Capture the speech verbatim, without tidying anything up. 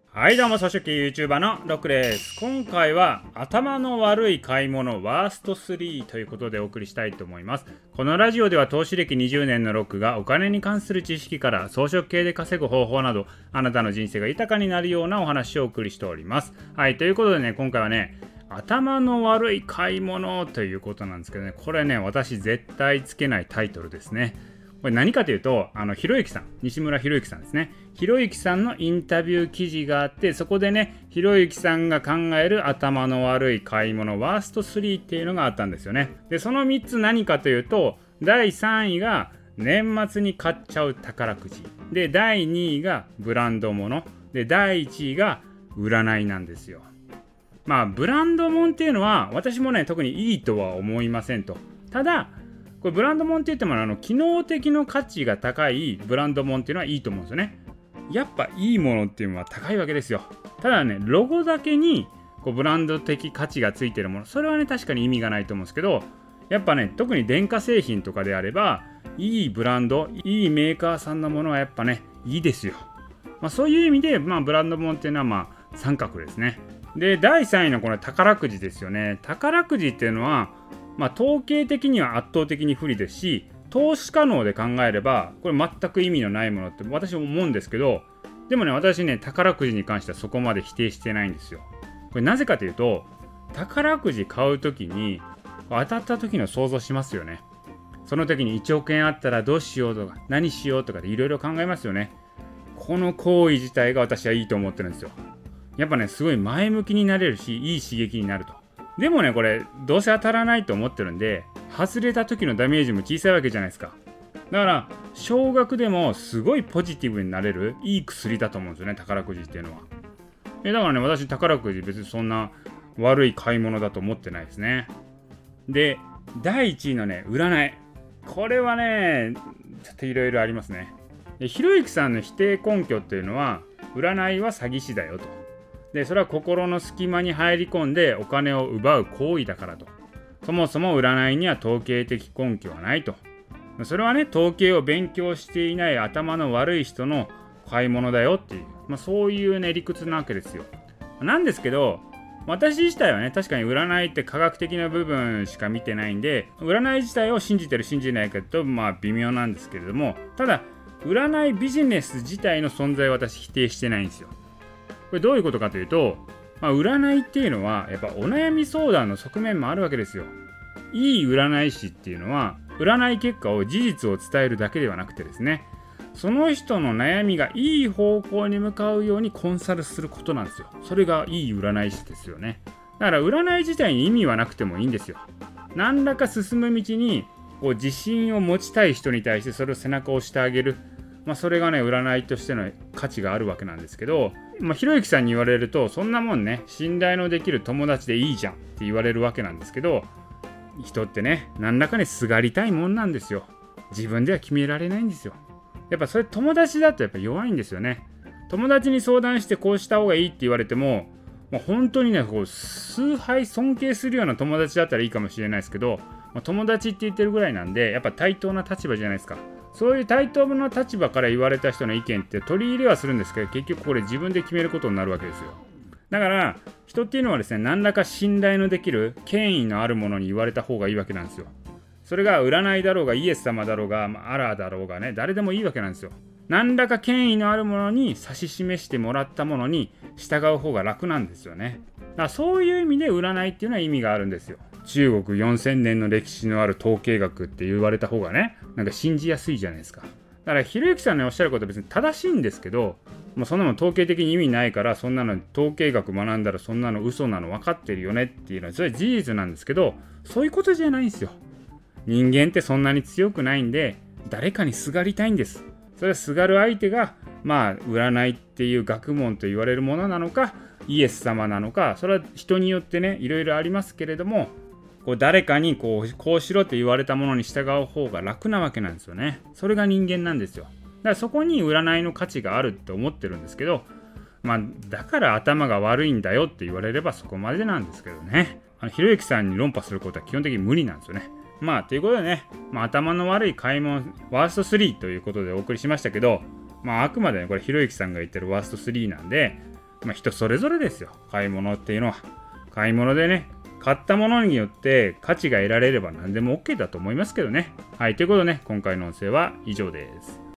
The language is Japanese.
はい、どうも、草食系 YouTuber のロックです。今回は頭の悪い買い物ワーストスリーということでお送りしたいと思います。このラジオでは投資歴にじゅうねんのロックがお金に関する知識から草食系で稼ぐ方法など、あなたの人生が豊かになるようなお話をお送りしております。はい、ということでね、今回はね、頭の悪い買い物ということなんですけどね、これね、私絶対つけないタイトルですね。これ何かというと、あのひろゆきさん、西村ひろゆきさんですね。ひろゆきさんのインタビュー記事があって、そこでね、ひろゆきさんが考える頭の悪い買い物ワーストスリーっていうのがあったんですよね。で、そのみっつ何かというと、だいさんいが年末に買っちゃう宝くじ。で、だいにいがブランド物。で、だいいちいが占いなんですよ。まあ、ブランド物っていうのは、私もね、特にいいとは思いませんと。ただ、これブランド物って言ってもあの機能的の価値が高いブランド物っていうのはいいと思うんですよね。やっぱいいものっていうのは高いわけですよ。ただね、ロゴだけにこうブランド的価値がついてるもの、それはね確かに意味がないと思うんですけど、やっぱね、特に電化製品とかであればいいブランド、いいメーカーさんのものはやっぱねいいですよ。まあ、そういう意味で、まあ、ブランド物っていうのはまあ三角ですね。で、だいさんいのこの宝くじですよね。宝くじっていうのはまあ、統計的には圧倒的に不利ですし、投資可能で考えればこれ全く意味のないものって私も思うんですけど、でもね、私ね、宝くじに関してはそこまで否定してないんですよ。これなぜかというと、宝くじ買うときに当たった時の想像しますよね。その時にいちおくえんあったらどうしようとか何しようとかでいろいろ考えますよね。この行為自体が私はいいと思ってるんですよ。やっぱね、すごい前向きになれるし、いい刺激になると。でもね、これどうせ当たらないと思ってるんで、外れた時のダメージも小さいわけじゃないですか。だから少額でもすごいポジティブになれるいい薬だと思うんですよね、宝くじっていうのは。えだからね、私宝くじ別にそんな悪い買い物だと思ってないですね。で、だいいちいのね、占い、これはねちょっといろいろありますね。で、ひろゆきさんの否定根拠っていうのは、占いは詐欺師だよと。で、それは心の隙間に入り込んでお金を奪う行為だからと。そもそも占いには統計的根拠はないと。それはね、統計を勉強していない頭の悪い人の買い物だよっていう、まあ、そういうね理屈なわけですよ。なんですけど、私自体はね、確かに占いって科学的な部分しか見てないんで、占い自体を信じてる信じないかとまあ微妙なんですけれども、ただ占いビジネス自体の存在を私否定してないんですよ。これどういうことかというと、まあ、占いっていうのはやっぱお悩み相談の側面もあるわけですよ。いい占い師っていうのは占い結果を事実を伝えるだけではなくてですね、その人の悩みがいい方向に向かうようにコンサルすることなんですよ。それがいい占い師ですよね。だから占い自体に意味はなくてもいいんですよ。何らか進む道にこう自信を持ちたい人に対してそれを背中を押してあげる、まあ、それがね占いとしての価値があるわけなんですけど、まあ、ひろゆきさんに言われると、そんなもんね、信頼のできる友達でいいじゃんって言われるわけなんですけど、人ってね、何らかにすがりたいもんなんですよ。自分では決められないんですよ。やっぱそれ友達だとやっぱ弱いんですよね。友達に相談してこうした方がいいって言われても、まあ、本当にねこう崇拝尊敬するような友達だったらいいかもしれないですけど、まあ、友達って言ってるぐらいなんで、やっぱ対等な立場じゃないですか。そういう対等な立場から言われた人の意見って取り入れはするんですけど、結局これ自分で決めることになるわけですよ。だから人っていうのはですね、何らか信頼のできる権威のあるものに言われた方がいいわけなんですよ。それが占いだろうがイエス様だろうが、まあ、アラーだろうがね、誰でもいいわけなんですよ。何らか権威のあるものに指し示してもらったものに従う方が楽なんですよね。だからそういう意味で占いっていうのは意味があるんですよ。中国よんせんねんの歴史のある統計学って言われた方がね、なんか信じやすいじゃないですか。だからひろゆきさんのおっしゃることは別に正しいんですけど、もうそんなの統計的に意味ないから、そんなの統計学学んだらそんなの嘘なの分かってるよねっていうのはそれは事実なんですけど、そういうことじゃないんですよ。人間ってそんなに強くないんで、誰かにすがりたいんです。それはすがる相手がまあ占いっていう学問と言われるものなのか、イエス様なのか、それは人によってねいろいろありますけれども、こう誰かにこうこうしろって言われたものに従う方が楽なわけなんですよね。それが人間なんですよ。だからそこに占いの価値があるって思ってるんですけど、まあだから頭が悪いんだよって言われればそこまでなんですけどね。あのひろゆきさんに論破することは基本的に無理なんですよね。まあということでね、まあ、頭の悪い買い物ワーストスリーということでお送りしましたけど、まああくまでねこれひろゆきさんが言ってるワーストスリーなんで、 まあ、人それぞれですよ、買い物っていうのは。買い物でね、買ったものによって価値が得られれば何でも OK だと思いますけどね。はい、ということでね、今回の音声は以上です。